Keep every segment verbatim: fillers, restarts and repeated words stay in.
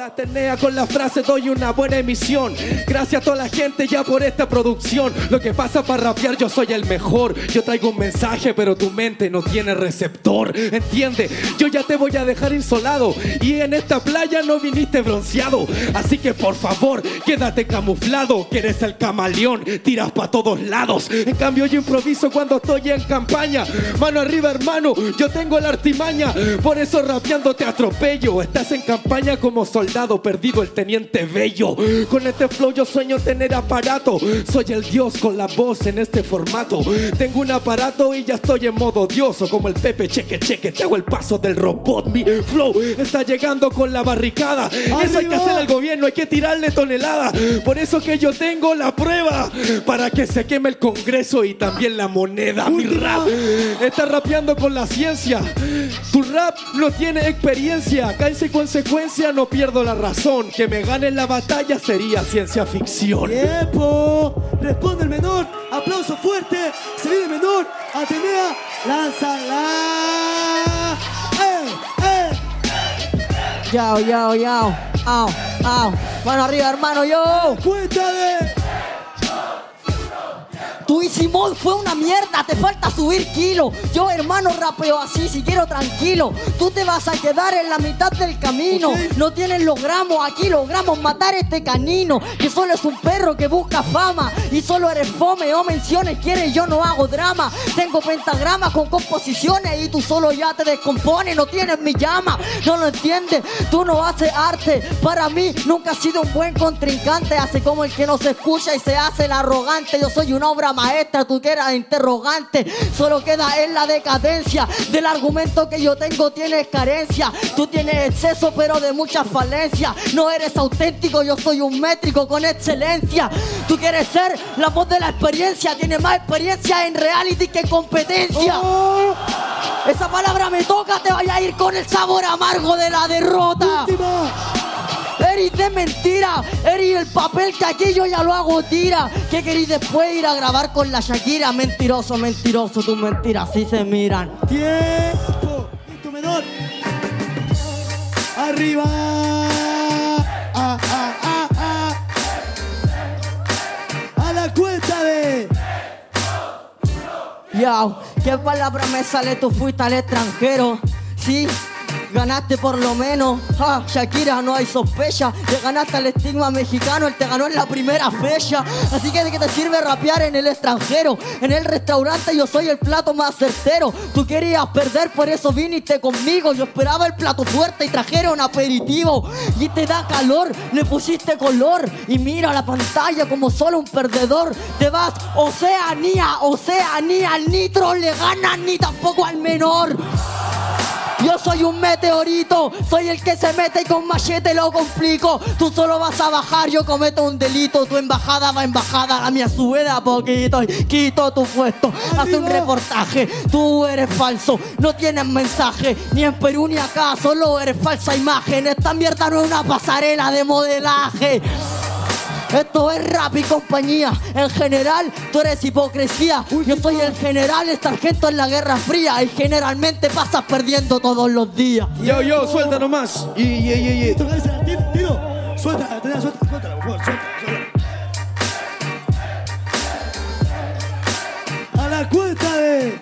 Atenea con la frase doy una buena emisión. Gracias a toda la gente ya por esta producción. Lo que pasa para rapear yo soy el mejor. Yo traigo un mensaje pero tu mente no tiene receptor. Entiende, yo ya te voy a dejar insolado. Y en esta playa no viniste bronceado. Así que por favor quédate camuflado. Que eres el camaleón, tiras pa' todos lados. En cambio yo improviso cuando estoy en campaña. Mano arriba hermano, yo tengo la artimaña. Por eso rapeando te atropello. Estás en campaña como soldado perdido, el teniente bello. Con este flow yo sueño tener aparato. Soy el dios con la voz en este formato. Tengo un aparato y ya estoy en modo dioso. Como el Pepe, cheque, cheque, te hago el paso del robot. Mi flow está llegando con la barricada. ¡Arriba! Eso hay que hacer al gobierno, hay que tirarle tonelada. Por eso que yo tengo la prueba para que se queme el Congreso y también la moneda. Mi rap está rapeando con la ciencia. Tu rap no tiene experiencia. Causa y consecuencia, no pierdo la razón. Que me gane la batalla sería ciencia ficción. ¡Tiempo! Responde el menor. Aplauso fuerte. Se viene el menor. Atenea. Lánzala. ¡Eh! ¡Eh! Yao, yao, yao. Au, au. Mano arriba, hermano, yo. Cuéntale. Tu Easy Mode fue una mierda, te falta subir kilo. Yo, hermano, rapeo así, si quiero tranquilo. Tú te vas a quedar en la mitad del camino. Okay. No tienes los gramos, aquí logramos matar este canino. Que solo es un perro que busca fama. Y solo eres fome o menciones, quieres, yo no hago drama. Tengo pentagramas con composiciones y tú solo ya te descompones. No tienes mi llama, no lo entiendes. Tú no haces arte, para mí nunca has sido un buen contrincante. Hace como el que no se escucha y se hace el arrogante. Yo soy una obra maestra, tú que eras interrogante. Solo queda en la decadencia. Del argumento que yo tengo tienes carencia. Tú tienes exceso pero de muchas falencias. No eres auténtico, yo soy un métrico con excelencia. Tú quieres ser la voz de la experiencia. Tienes más experiencia en reality que competencia. Oh. Esa palabra me toca, te vaya a ir con el sabor amargo de la derrota. Última. Eres de mentira, eres el papel que aquí yo ya lo hago tira. ¿Qué querís después ir a grabar con la Shakira? Mentiroso, mentiroso, tus mentiras así se miran. Tiempo, listo menor. Arriba. Ah, ah, ah, ah. A la cuenta de... Yao, ¿qué palabra me sale? Tú fuiste al extranjero, sí. Ganaste por lo menos, ah, Shakira, no hay sospecha. Le ganaste al estigma mexicano, él te ganó en la primera fecha. Así que de qué te sirve rapear en el extranjero. En el restaurante yo soy el plato más certero. Tú querías perder, por eso viniste conmigo. Yo esperaba el plato fuerte y trajeron aperitivo. Y te da calor, le pusiste color. Y mira la pantalla como solo un perdedor. Te vas Oceanía, Oceanía, al nitro le ganas ni tampoco al menor. Yo soy un meteorito, soy el que se mete y con machete lo complico. Tú solo vas a bajar, yo cometo un delito. Tu embajada va embajada, la mía sube de a poquito y quito tu puesto. Hace un reportaje, tú eres falso, no tienes mensaje. Ni en Perú ni acá, solo eres falsa imagen. Esta mierda no es una pasarela de modelaje. Esto es rap y compañía. En general, tú eres hipocresía. Yo soy el general, el sargento en la Guerra Fría. Y generalmente pasas perdiendo todos los días. Yo, yo, suelta nomás. Y, y, y, y. Tiro, suelta, suelta, suelta, suelta, por favor, suelta, suelta. A la cuenta de...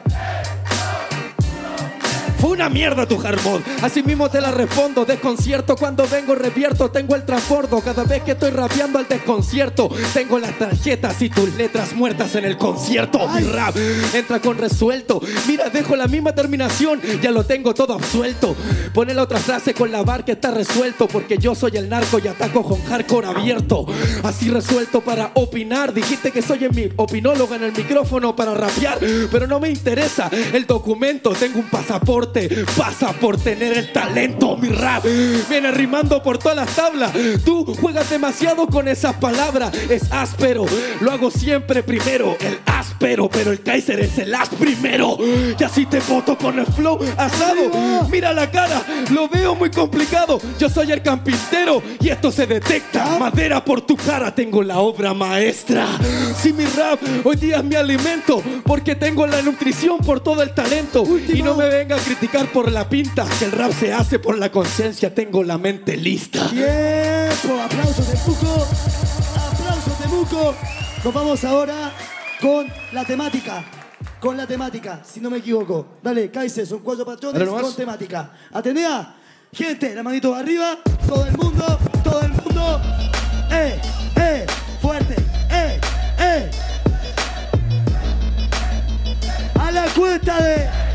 Fue una mierda tu hard mod, así mismo te la respondo. Desconcierto cuando vengo revierto, tengo el transbordo. Cada vez que estoy rapeando al desconcierto, tengo las tarjetas y tus letras muertas en el concierto. Mi rap entra con resuelto. Mira, dejo la misma terminación, ya lo tengo todo absuelto. Pone la otra frase con la bar que está resuelto. Porque yo soy el narco y ataco con hardcore abierto. Así resuelto para opinar. Dijiste que soy mi opinóloga en el micrófono para rapear, pero no me interesa el documento. Tengo un pasaporte, pasa por tener el talento. Mi rap viene rimando por todas las tablas. Tú juegas demasiado con esas palabras. Es áspero, lo hago siempre primero. El áspero áspero, pero el Kaiser es el as primero. Y así te voto con el flow asado. Mira la cara, lo veo muy complicado. Yo soy el carpintero y esto se detecta. Madera por tu cara, tengo la obra maestra. Si mi rap hoy día es mi alimento, porque tengo la nutrición por todo el talento. Último. Y no me venga a criticar por la pinta, que el rap se hace por la conciencia. Tengo la mente lista. Tiempo, aplausos de Muco. Aplausos de Muco. Nos vamos ahora con la temática. Con la temática, si no me equivoco. Dale, Kaiser, son cuatro patrones con temática. Atenea, gente, la manito arriba. Todo el mundo, todo el mundo. ¡Eh, eh! Fuerte, ¡eh, eh! A la cuenta de...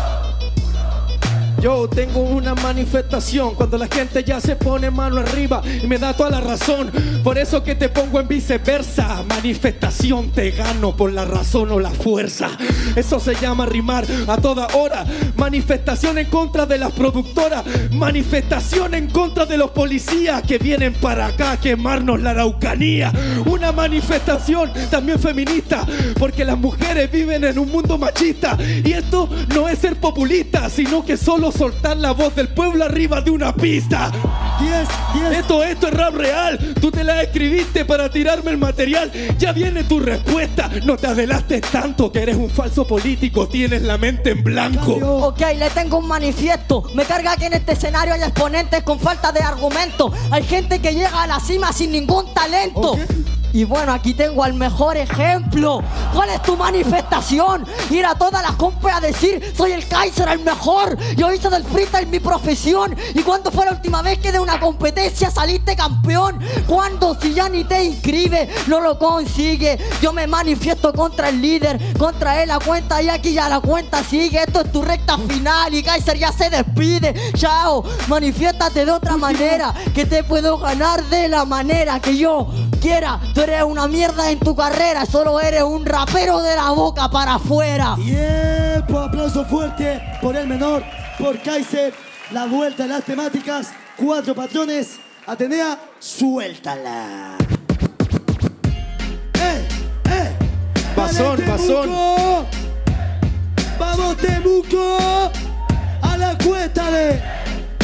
Yo tengo una manifestación cuando la gente ya se pone mano arriba y me da toda la razón. Por eso que te pongo en viceversa. Manifestación, te gano por la razón o la fuerza. Eso se llama rimar a toda hora. Manifestación en contra de las productoras. Manifestación en contra de los policías que vienen para acá a quemarnos la Araucanía. Una manifestación también feminista, porque las mujeres viven en un mundo machista. Y esto no es ser populista, sino que solo soltar la voz del pueblo arriba de una pista. diez, diez. Esto, esto es rap real. Tú te la escribiste para tirarme el material. Ya viene tu respuesta. No te adelantes tanto, que eres un falso político. Tienes la mente en blanco. Ok, le tengo un manifiesto. Me carga que en este escenario hay exponentes con falta de argumento. Hay gente que llega a la cima sin ningún talento. Okay. Y bueno, aquí tengo al mejor ejemplo. ¿Cuál es tu manifestación? Ir a todas las compas a decir: soy el Kaiser, el mejor. Yo hice del freestyle mi profesión. ¿Y cuándo fue la última vez que de una competencia saliste campeón? ¿Cuándo? Si ya ni te inscribe, no lo consigue. Yo me manifiesto contra el líder, contra él la cuenta, y aquí ya la cuenta sigue. Esto es tu recta final y Kaiser ya se despide. Chao, manifiéstate de otra manera, que te puedo ganar de la manera que yo quiera. Tú eres una mierda en tu carrera, solo eres un rapero de la boca para afuera. Tiempo, aplauso fuerte por el menor, por Kaiser. La vuelta a las temáticas, cuatro patrones. Atenea, suéltala. ¡Eh, eh! Pasón, pasón. ¡Vamos, Temuco! A la cuesta de...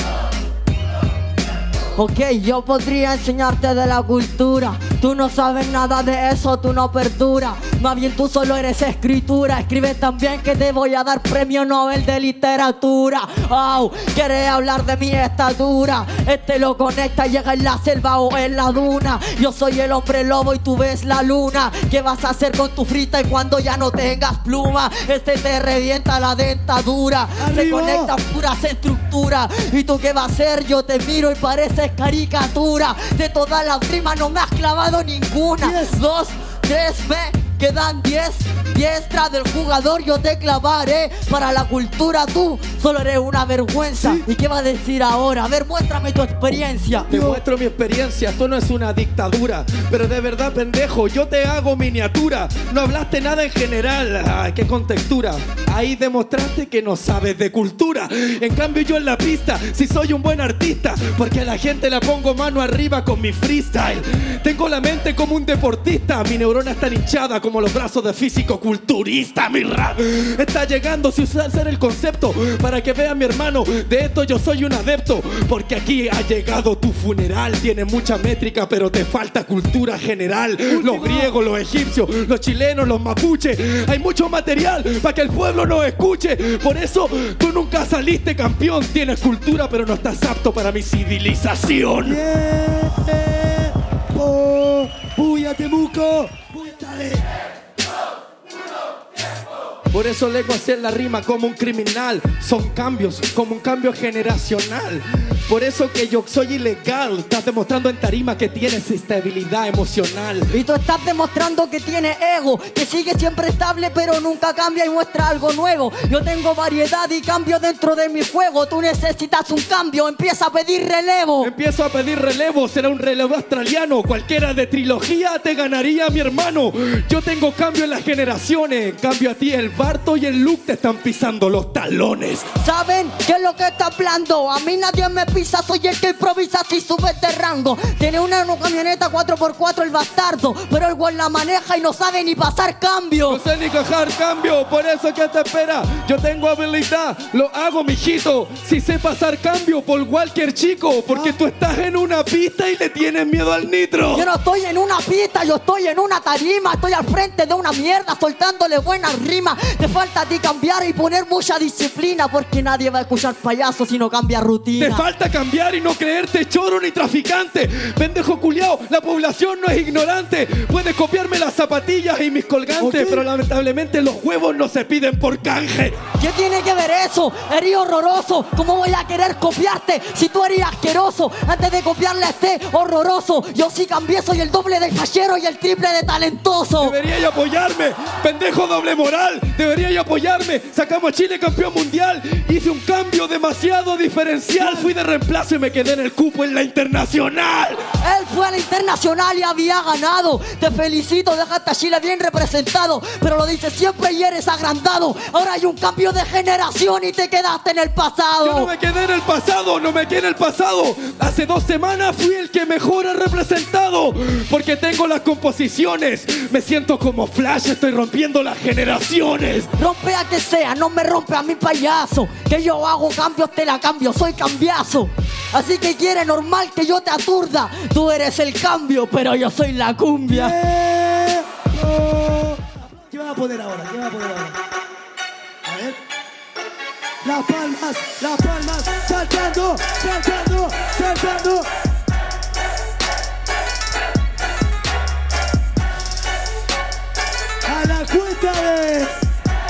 Ok, yo podría enseñarte de la cultura. Tú no sabes nada de eso, tú no perduras. Más bien tú solo eres escritura. Escribe también que te voy a dar premio Nobel de literatura. Oh, ¿quieres hablar de mi estatura? Este lo conecta, llega en la selva o en la duna. Yo soy el hombre lobo y tú ves la luna. ¿Qué vas a hacer con tu freestyle cuando ya no tengas pluma? Este te revienta la dentadura. ¡Arriba! Se conectan puras estructuras. ¿Y tú qué vas a hacer? Yo te miro y pareces caricatura. De todas las rimas no me has clavado ninguna. Yes. Dos, tres, me quedan diez. Diestra del jugador yo te clavaré. Para la cultura tú solo eres una vergüenza. ¿Sí? ¿Y qué vas a decir ahora? A ver, muéstrame tu experiencia. Te muestro mi experiencia. Esto no es una dictadura, pero de verdad, pendejo, yo te hago miniatura. No hablaste nada en general. Ay, qué contextura. Ahí demostraste que no sabes de cultura. En cambio yo en la pista sí soy un buen artista, porque a la gente la pongo mano arriba con mi freestyle. Tengo la mente como un deportista. Mi neurona está hinchada como los brazos de físico-culturista. Mi rap está llegando sin hacer el concepto, para que vea mi hermano, de esto yo soy un adepto. Porque aquí ha llegado tu funeral. Tiene mucha métrica pero te falta cultura general. Última. Los griegos, los egipcios, los chilenos, los mapuches. Hay mucho material para que el pueblo nos escuche. Por eso tú nunca saliste campeón. Tienes cultura pero no estás apto para mi civilización. Yeah. Oh, ¡puya, Temuco! ¡Dale! Por eso le hago hacer la rima como un criminal. Son cambios, como un cambio generacional. Por eso que yo soy ilegal. Estás demostrando en tarima que tienes estabilidad emocional. Y tú estás demostrando que tienes ego, que sigue siempre estable pero nunca cambia y muestra algo nuevo. Yo tengo variedad y cambio dentro de mi juego. Tú necesitas un cambio, empieza a pedir relevo. Empiezo a pedir relevo, será un relevo australiano. Cualquiera de trilogía te ganaría, mi hermano. Yo tengo cambio en las generaciones. Cambio a ti el infarto y el look te están pisando los talones. ¿Saben qué es lo que está hablando? A mí nadie me pisa, soy el que improvisa si subes de rango. Tiene una, una camioneta cuatro por cuatro el bastardo, pero el güey la maneja y no sabe ni pasar cambio. No sé ni cajar cambio, por eso que te espera. Yo tengo habilidad, lo hago, mijito. Si sé pasar cambio por cualquier chico, porque tú estás en una pista y le tienes miedo al nitro. Yo no estoy en una pista, yo estoy en una tarima. Estoy al frente de una mierda soltándole buenas rimas. Te falta a ti cambiar y poner mucha disciplina, porque nadie va a escuchar payaso si no cambia rutina. Te falta cambiar y no creerte choro ni traficante. Pendejo culiao, la población no es ignorante. Puedes copiarme las zapatillas y mis colgantes, okay, pero lamentablemente los huevos no se piden por canje. ¿Qué tiene que ver eso? Eres horroroso. ¿Cómo voy a querer copiarte si tú eres asqueroso? Antes de copiarle a este horroroso, yo sí cambié, soy el doble del fachero y el triple de talentoso. Deberíais apoyarme, pendejo doble moral. Deberíais apoyarme. Sacamos a Chile campeón mundial. Hice un cambio demasiado diferencial. Fui de reemplazo y me quedé en el cupo en la internacional. Él fue a la internacional y había ganado. Te felicito, dejaste a Chile bien representado, pero lo dices siempre y eres agrandado. Ahora hay un cambio de generación y te quedaste en el pasado. Yo no me quedé en el pasado, no me quedé en el pasado. Hace dos semanas fui el que mejor ha representado, porque tengo las composiciones. Me siento como Flash, estoy rompiendo las generaciones. Rompe a que sea, no me rompe a mi payaso. Que yo hago cambios, te la cambio, soy cambiazo. Así que quiere normal que yo te aturda. Tú eres el cambio, pero yo soy la cumbia. Yeah. Oh. ¿Qué van a poner ahora? ¿Qué van a poner ahora? A ver. Las palmas, las palmas, saltando, saltando, saltando. A la cuenta de...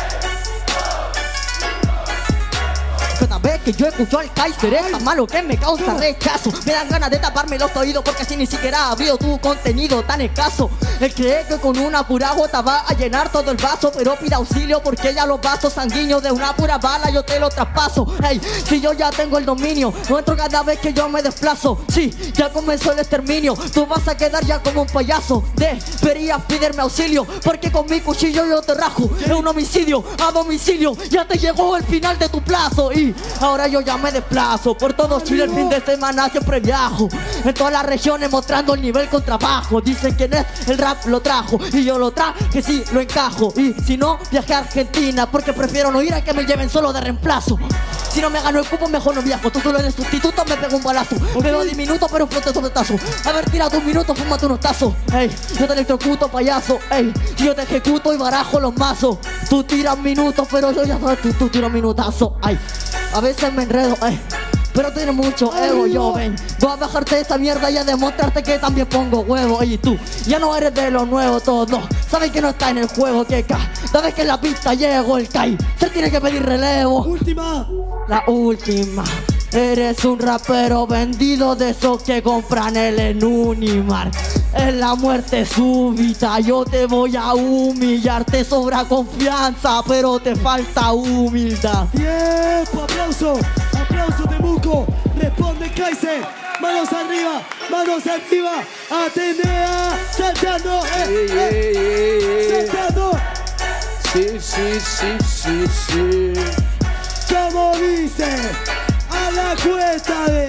Cada vez que yo escucho al Kaiser es tan malo que me causa rechazo. Me dan ganas de taparme los oídos porque así ni siquiera abrió tu contenido tan escaso. Él cree que con una pura gota va a llenar todo el vaso, pero pide auxilio porque ya los vasos sanguíneos de una pura bala yo te lo traspaso. Hey, si yo ya tengo el dominio, no entro cada vez que yo me desplazo. Sí, ya comenzó el exterminio, tú vas a quedar ya como un payaso. Deberías pedirme auxilio porque con mi cuchillo yo te rajo. Es un homicidio a domicilio, ya te llegó el final de tu plazo. Y ahora yo ya me desplazo por todo Chile, el fin de semana siempre viajo en todas las regiones mostrando el nivel con trabajo. Dicen que no es el rap lo trajo y yo lo traje, sí, lo encajo. Y si no, viajé a Argentina porque prefiero no ir a que me lleven solo de reemplazo. Si no me gano el cupo, mejor no viajo. Tú solo eres sustituto, me pego un balazo. Okay. Me veo diminuto, pero flote sobre tazo. A ver, tira un minuto, fúmate unos tazos. Ey, yo te electrocuto, payaso. Ey, yo te ejecuto y barajo los mazos. Tú tiras minutos, pero yo ya sabes, tú, tú tiras minutazo. Ay, a veces me enredo, ey, pero tiene mucho ego. Yo ven, voy a bajarte de esta mierda y a demostrarte que también pongo huevo. Y tú, ya no eres de lo nuevo todo. Sabes que no está en el juego, que cada vez que en la pista llego el Kai se tiene que pedir relevo. Última. La última. Eres un rapero vendido de esos que compran el en Unimar. Es la muerte súbita, yo te voy a humillar. Te sobra confianza, pero te falta humildad. Tiempo, aplauso, aplauso de Muco. Responde Kaiser, manos arriba, manos arriba. Atenea, saltando, eh, eh, saltando. Sí, sí, sí, sí, sí. Como dice, a la cuesta de...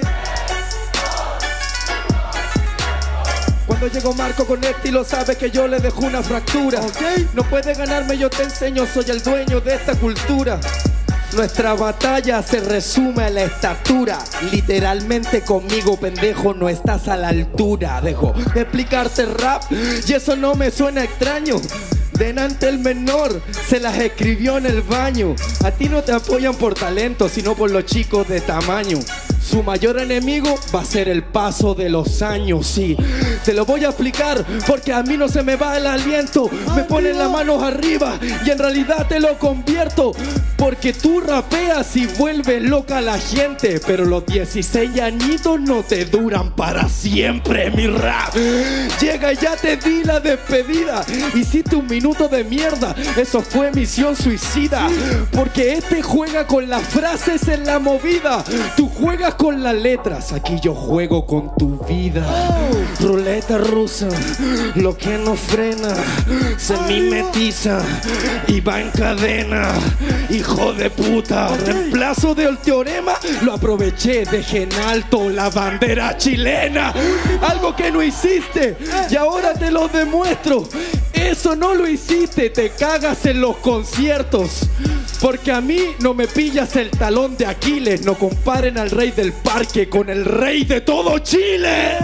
Cuando llegó Marco con estilo, sabes que yo le dejo una fractura. Okay. No puedes ganarme, yo te enseño, soy el dueño de esta cultura. Nuestra batalla se resume a la estatura. Literalmente conmigo, pendejo, no estás a la altura. Dejo de explicarte rap y eso no me suena extraño. Denante el menor se las escribió en el baño. A ti no te apoyan por talento, sino por los chicos de tamaño. Su mayor enemigo va a ser el paso de los años, sí. Te lo voy a explicar porque a mí no se me va el aliento. Me ponen las manos arriba y en realidad te lo convierto. Porque tú rapeas y vuelves loca a la gente, pero los dieciséis añitos no te duran para siempre, mi rap. Llega, ya te di la despedida. Hiciste un minuto de mierda, eso fue misión suicida. Porque este juega con las frases en la movida, tú juegas con las letras, aquí yo juego con tu vida. Ruleta rusa, lo que no frena, se mimetiza y va en cadena. Hijo de puta, reemplazo del teorema, lo aproveché, dejé en alto la bandera chilena. Algo que no hiciste y ahora te lo demuestro. Eso no lo hiciste, te cagas en los conciertos. Porque a mí no me pillas el talón de Aquiles. No comparen al rey del parque con el rey de todo Chile.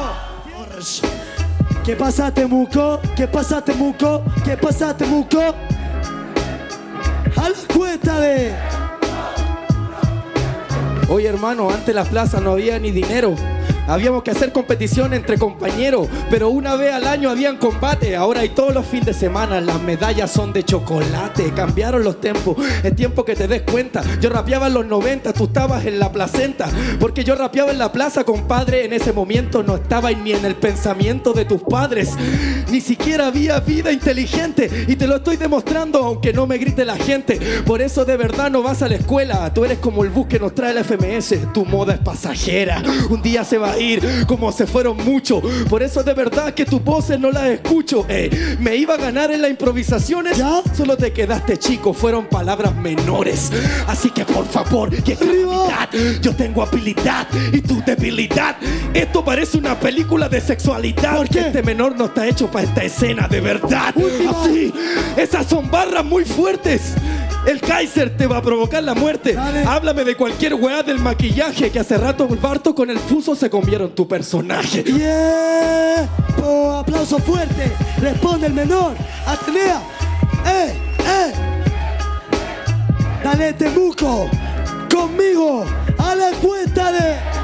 ¿Qué pasa, Temuco? ¿Qué pasa, Temuco? ¿Qué pasa, Temuco? A la cuenta de... Oye, hermano, antes la plaza no había ni dinero. Habíamos que hacer competición entre compañeros, pero una vez al año habían combate. Ahora hay todos los fines de semana, las medallas son de chocolate. Cambiaron los tiempos, es tiempo que te des cuenta. Yo rapeaba en los noventa, tú estabas en la placenta. Porque yo rapeaba en la plaza, compadre. En ese momento no estaba ni en el pensamiento de tus padres. Ni siquiera había vida inteligente. Y te lo estoy demostrando aunque no me grite la gente. Por eso de verdad no vas a la escuela. Tú eres como el bus que nos trae la F M S. Tu moda es pasajera, un día se va a ir como se fueron muchos. Por eso de verdad que tus voces no las escucho. eh, Me iba a ganar en las improvisaciones. ¿Ya? Solo te quedaste chico, fueron palabras menores. Así que por favor, que habilidad, yo tengo habilidad y tu debilidad. Esto parece una película de sexualidad. Porque este menor no está hecho para esta escena de verdad. Última. Así, esas son barras muy fuertes. El Kaiser te va a provocar la muerte. Dale. Háblame de cualquier weá del maquillaje, que hace rato Barto con el fuso se convirtió en tu personaje. Yeah. Oh, aplauso fuerte. Responde el menor. Atenea. Eh, eh. Dale, Temuco. Conmigo. A la cuenta de...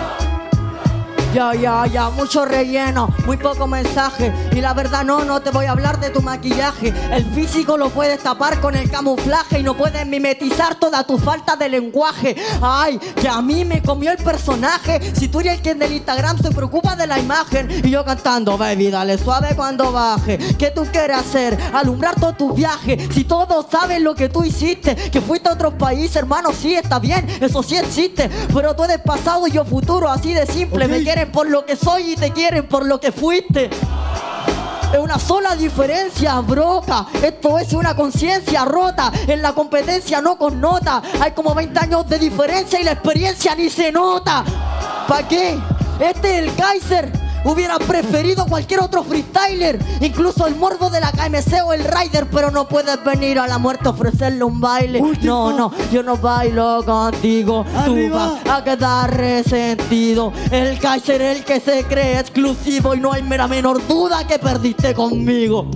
Ya, ya, ya, mucho relleno, muy poco mensaje. Y la verdad no, no te voy a hablar de tu maquillaje. El físico lo puedes tapar con el camuflaje y no puedes mimetizar toda tu falta de lenguaje. Ay, que a mí me comió el personaje. Si tú eres el que del Instagram se preocupa de la imagen y yo cantando, baby, dale suave cuando baje. ¿Qué tú quieres hacer? Alumbrar todos tus viajes. Si todos saben lo que tú hiciste, que fuiste a otros países, hermano, sí, está bien, eso sí existe. Pero tú eres pasado y yo futuro, así de simple. Okay. Me quieren por lo que soy y te quieren por lo que fuiste. Es una sola diferencia, broca. Esto es una conciencia rota. En la competencia no connota. Hay como veinte años de diferencia y la experiencia ni se nota. ¿Para qué? Este es el Kaiser. Hubiera preferido cualquier otro freestyler, incluso el morbo de la K M C o el Rider, pero no puedes venir a la muerte a ofrecerle un baile. Último. No, no, yo no bailo contigo. Arriba. Tú vas a quedar resentido. El Kaiser es el que se cree exclusivo y no hay mera menor duda que perdiste conmigo.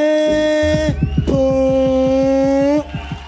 Tiempo.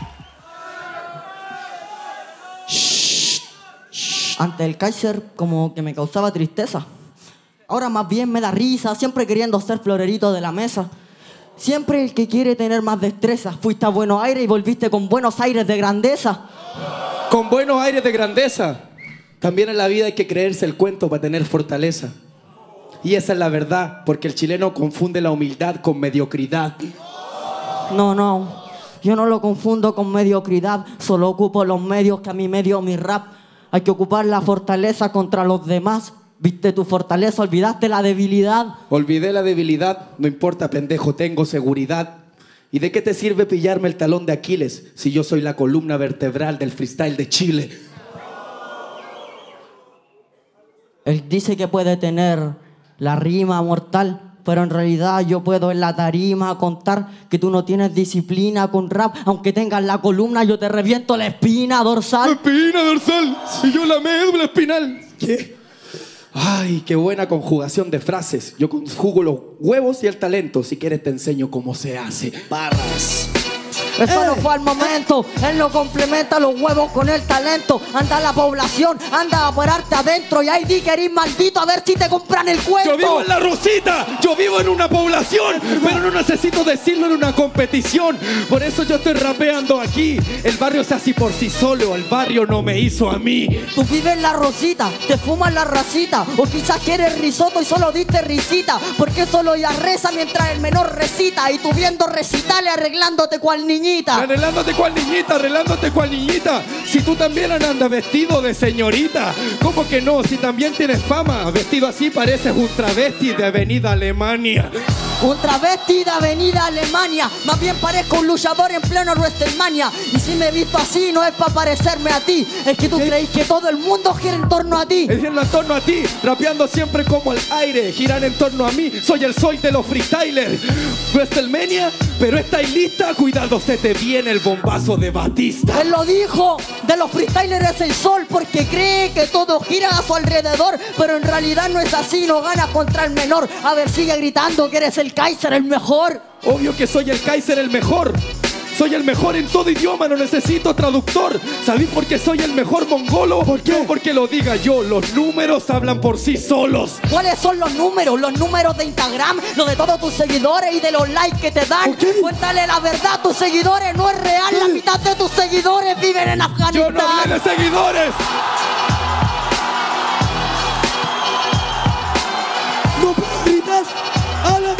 Ante el Kaiser como que me causaba tristeza. Ahora más bien me da risa, siempre queriendo ser florerito de la mesa. Siempre el que quiere tener más destreza. Fuiste a Buenos Aires y volviste con buenos aires de grandeza. Con buenos aires de grandeza. También en la vida hay que creerse el cuento para tener fortaleza. Y esa es la verdad, porque el chileno confunde la humildad con mediocridad. No, no, yo no lo confundo con mediocridad. Solo ocupo los medios que a mí me dio mi rap. Hay que ocupar la fortaleza contra los demás. Viste tu fortaleza, olvidaste la debilidad. Olvidé la debilidad, no importa, pendejo, tengo seguridad. ¿Y de qué te sirve pillarme el talón de Aquiles si yo soy la columna vertebral del freestyle de Chile? Él dice que puede tener la rima mortal, pero en realidad yo puedo en la tarima contar que tú no tienes disciplina con rap. Aunque tengas la columna, yo te reviento la espina dorsal. ¿La espina dorsal? Y yo la médula espinal. ¿Qué? Ay, qué buena conjugación de frases. Yo conjugo los huevos y el talento. Si quieres te enseño cómo se hace. Barras. Eso ¡Ey! no fue al momento. Él no complementa los huevos con el talento. Anda a la población, anda a pararte adentro. Y ahí di que eres maldito, a ver si te compran el cuento. Yo vivo en La Rosita, yo vivo en una población, pero no necesito decirlo en una competición. Por eso yo estoy rapeando aquí. El barrio se hace por sí solo, el barrio no me hizo a mí. Tú vives en La Rosita, te fumas la racita. O quizás quieres risotto y solo diste risita. Porque solo ella reza mientras el menor recita. Y tú viendo recitales arreglándote cual niñita. Arreglándote cual niñita, arreglándote cual niñita. Si tú también andas vestido de señorita. ¿Cómo que no? Si también tienes fama. Vestido así pareces un travesti de Avenida Alemania. Un travesti de Avenida Alemania. Más bien parezco un luchador en pleno WrestleMania. Y si me he visto así no es para parecerme a ti. Es que tú ¿Qué? crees que todo el mundo gira en torno a ti. Es en torno a ti, rapeando siempre como el aire. Giran en torno a mí, soy el soy de los freestylers. WrestleMania, pero estáis lista. Cuidado, se te viene el bombazo de Batista. Él lo dijo, de los freestylers es el sol. Porque cree que todo gira a su alrededor. Pero en realidad no es así, no gana contra el menor. A ver, sigue gritando que eres el Kaiser, el mejor. Obvio que soy el Kaiser, el mejor. Soy el mejor en todo idioma, no necesito traductor. ¿Sabéis por qué soy el mejor mongolo? ¿Por qué? No porque lo diga yo, los números hablan por sí solos. ¿Cuáles son los números? Los números de Instagram, los de todos tus seguidores y de los likes que te dan. Ok. Cuéntale la verdad, tus seguidores no es real. La mitad de tus seguidores viven en Afganistán. Yo no hablé de seguidores. No puedes gritar a la...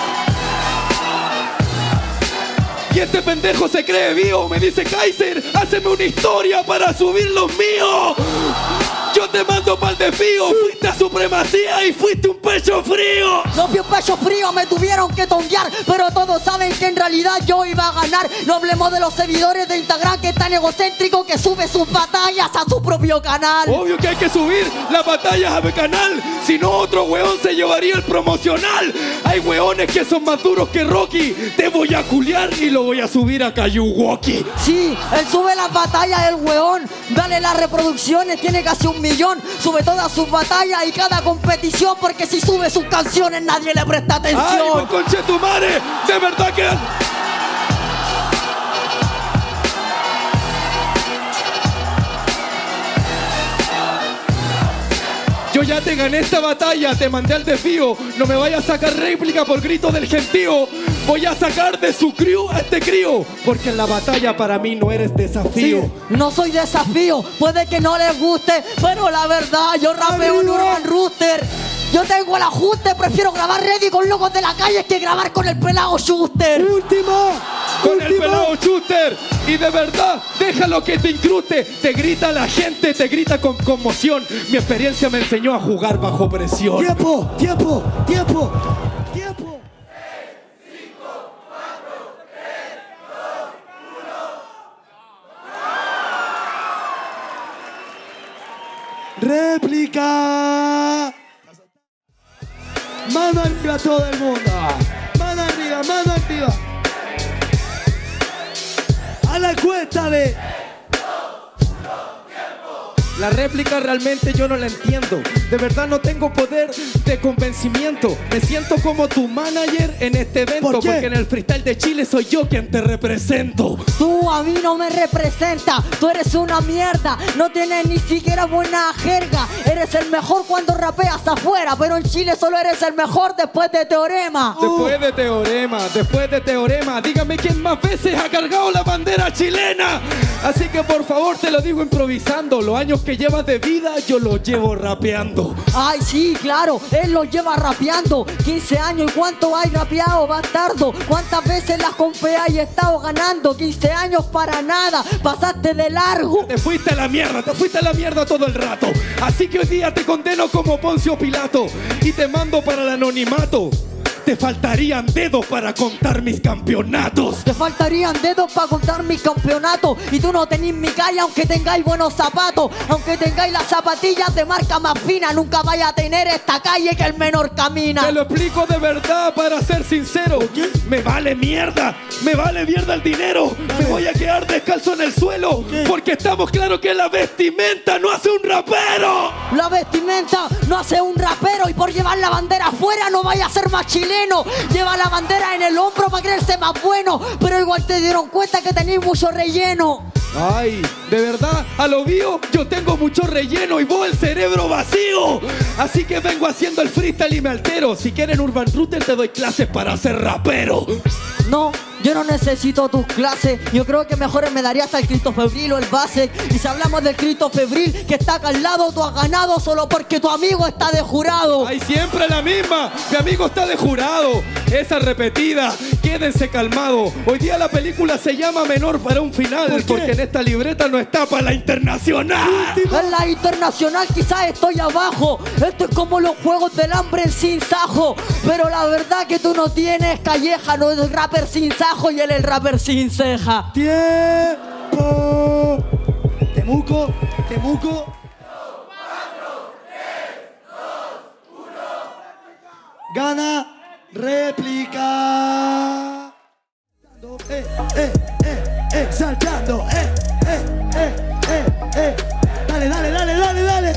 Y este pendejo se cree vivo, me dice Kaiser, háceme una historia para subir los míos. Yo te mando pa'l desvío, fuiste a supremacía y fuiste un pecho frío. No fui un pecho frío, me tuvieron que tonguear. Pero todos saben que en realidad yo iba a ganar. No hablemos de los seguidores de Instagram que es tan egocéntrico que sube sus batallas a su propio canal. Obvio que hay que subir las batallas a mi canal, si no otro weón se llevaría el promocional. Hay weones que son más duros que Rocky, te voy a culiar y lo voy a subir a Kayuwoki. Sí, él sube las batallas, el weón. Dale las reproducciones, tiene casi un millón. Sube todas sus batallas y cada competición. Porque si sube sus canciones nadie le presta Ay, atención. pues conchetumare, de verdad que... Yo ya te gané esta batalla, te mandé al desvío. No me vayas a sacar réplica por grito del gentío. Voy a sacar de su crew a este crío. Porque en la batalla para mí no eres desafío. Sí. No soy desafío, puede que no les guste, pero la verdad, yo rapeo en ¡Arriba! Urban Rooster. Yo tengo el ajuste, prefiero grabar ready con locos de la calle que grabar con el pelado Schuster. Última. Con el última. pelado Schuster. Y de verdad, déjalo que te incruste. Te grita la gente, te grita con conmoción. Mi experiencia me enseñó a jugar bajo presión. Tiempo, tiempo, tiempo, tiempo. Réplica. Mano arriba todo el mundo. Mano arriba, mano arriba. A la cuenta de... La réplica realmente yo no la entiendo. De verdad no tengo poder de convencimiento. Me siento como tu manager en este evento. ¿Por qué? Porque en el freestyle de Chile soy yo quien te represento. Tú a mí no me representa, tú eres una mierda, no tienes ni siquiera buena jerga. Eres el mejor cuando rapeas afuera, pero en Chile solo eres el mejor después de Teorema. Después de Teorema, después de Teorema, dígame quién más veces ha cargado la bandera chilena. Así que por favor te lo digo improvisando. Los años que llevas de vida yo los llevo rapeando. Ay, sí, claro, él lo lleva rapeando quince años. ¿Y cuánto hay rapeado, bastardo? ¿Cuántas veces las compé y he estado ganando? quince años para nada, pasaste de largo. Te fuiste a la mierda, te fuiste a la mierda todo el rato. Así que hoy día te condeno como Poncio Pilato y te mando para el anonimato. Te faltarían dedos para contar mis campeonatos. Te faltarían dedos para contar mis campeonatos. Y tú no tenés mi calle aunque tengáis buenos zapatos. Aunque tengáis las zapatillas de marca más fina, nunca vaya a tener esta calle que el menor camina. Te lo explico de verdad para ser sincero. Me vale mierda, me vale mierda el dinero. Me voy a quedar descalzo en el suelo. Porque estamos claros que la vestimenta no hace un rapero. La vestimenta no hace un rapero. Y por llevar la bandera afuera no vaya a ser más chileno. relleno. Lleva la bandera en el hombro para creerse más bueno, pero igual te dieron cuenta que tenéis mucho relleno. Ay, de verdad, a lo mío yo tengo mucho relleno y vos el cerebro vacío. Así que vengo haciendo el freestyle y me altero. Si quieren Urban Router te doy clases para ser rapero. No, yo no necesito tus clases. Yo creo que mejor me daría hasta el Cristo Febril o el base. Y si hablamos del Cristo Febril que está acá al lado, tú has ganado solo porque tu amigo está de jurado. Ay, siempre la misma. Mi amigo está de jurado. Esa repetida, quédense calmados. Hoy día la película se llama Menor para un final. ¿Por porque en esta libreta no está para la internacional. En la internacional quizás estoy abajo. Esto es como los juegos del hambre en sin sajo. Pero la verdad que tú no tienes calleja. No eres rapper sin sajo y él el rapper sin ceja. ¡Tiempo! Temuco, Temuco. Gana réplica. Eh, eh, eh, eh, saltando. Eh, eh, eh, eh, eh. Dale, dale, dale, dale, dale.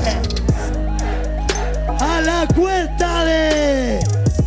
A la cuenta de...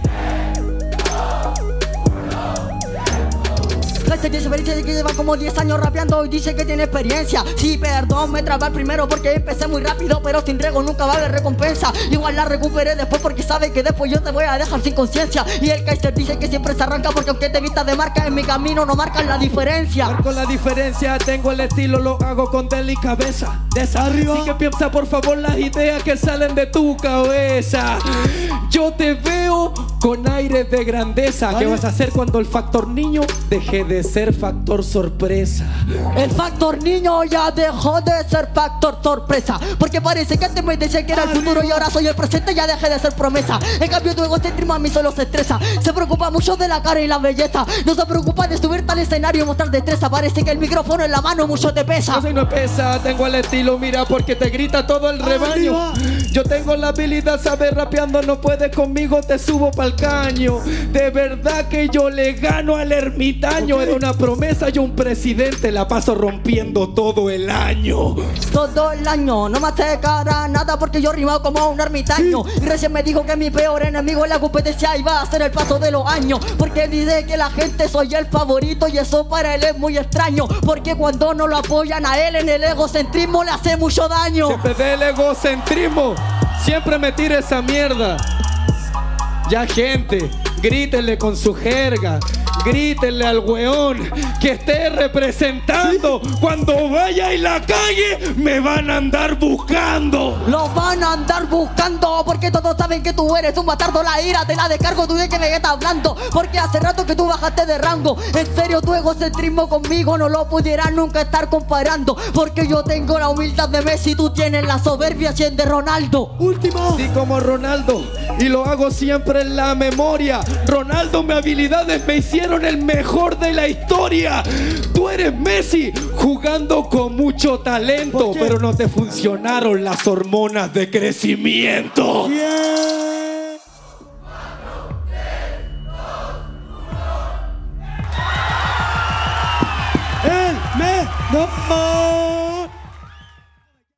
Este tiene experiencia de que lleva como diez años rapeando y dice que tiene experiencia. Sí, perdón, me trabé primero porque empecé muy rápido, pero sin riesgo nunca va a haber recompensa. Igual la recuperé después porque sabe que después yo te voy a dejar sin conciencia. Y el Kaiser dice que siempre se arranca porque aunque te vistas de marca, en mi camino no marcan la diferencia. Marco la diferencia, tengo el estilo, lo hago con delicadeza. De esa arriba. Así que piensa por favor las ideas que salen de tu cabeza. Yo te veo con aires de grandeza. ¿Qué vas a hacer cuando el factor niño deje de ser factor sorpresa? El factor niño ya dejó de ser factor sorpresa, porque parece que antes me decía que era el futuro y ahora soy el presente, ya dejé de ser promesa. En cambio tu egocentrismo a mí solo se estresa. Se preocupa mucho de la cara y la belleza. No se preocupa de subirte al escenario y mostrar destreza. Parece que el micrófono en la mano mucho te pesa. No sé, no pesa, tengo el estilo, mira, porque te grita todo el rebaño. Yo tengo la habilidad, sabes, rapeando no puedes conmigo, te subo pa'l caño. De verdad que yo le gano al ermitaño. Okay. Era una promesa, yo un presidente la paso rompiendo todo el año. Todo el año, no me hace cara nada porque yo rimado como un ermitaño. Sí. Y recién me dijo que mi peor enemigo en la competencia iba a ser el paso de los años, porque dice que la gente soy el favorito y eso para él es muy extraño, porque cuando no lo apoyan a él en el egocentrismo le hace mucho daño. Siempre del egocentrismo, siempre me tira esa mierda. Ya gente, grítenle con su jerga, grítenle al weón que esté representando. Sí. Cuando vaya en la calle me van a andar buscando. Los van a andar buscando porque todos saben que tú eres un bastardo. La ira te la descargo, tú de que me estás hablando, porque hace rato que tú bajaste de rango. En serio, tu egocentrismo conmigo no lo pudieras nunca estar comparando, porque yo tengo la humildad de Messi, tú tienes la soberbia cien de Ronaldo. Último. Sí, como Ronaldo, y lo hago siempre en la memoria. Ronaldo, mis habilidades me hicieron el mejor de la historia. Tú eres Messi jugando con mucho talento, pero no te funcionaron las hormonas de crecimiento. Yeah. El me no.